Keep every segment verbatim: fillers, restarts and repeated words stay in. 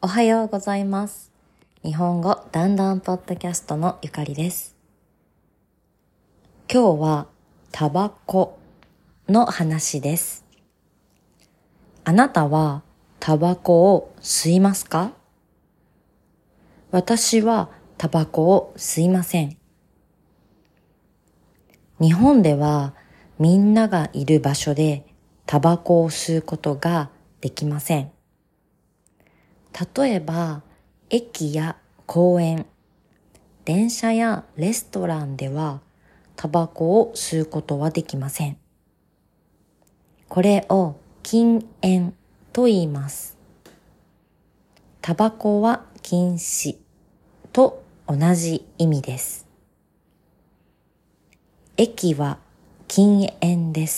おはようございます。日本語だんだんポッドキャストのゆかりです。今日はタバコの話です。あなたはタバコを吸いますか？私はタバコを吸いません。日本ではみんながいる場所でタバコを吸うことができません。例えば、駅や公園、電車やレストランではタバコを吸うことはできません。これを禁煙と言います。タバコは禁止と同じ意味です。駅は禁煙です。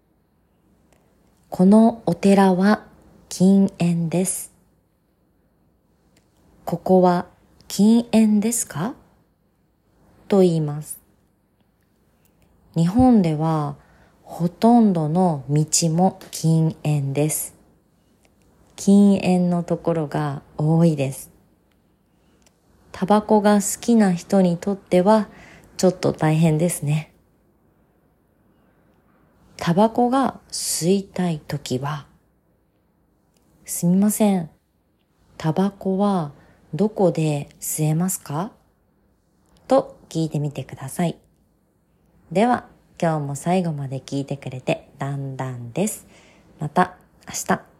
このお寺は禁煙です。ここは禁煙ですか？と言います。日本ではほとんどの道も禁煙です。禁煙のところが多いです。タバコが好きな人にとってはちょっと大変ですね。タバコが吸いたいときは、すみません。タバコはどこで吸えますか？と聞いてみてください。では、今日も最後まで聞いてくれてだんだんです。また明日。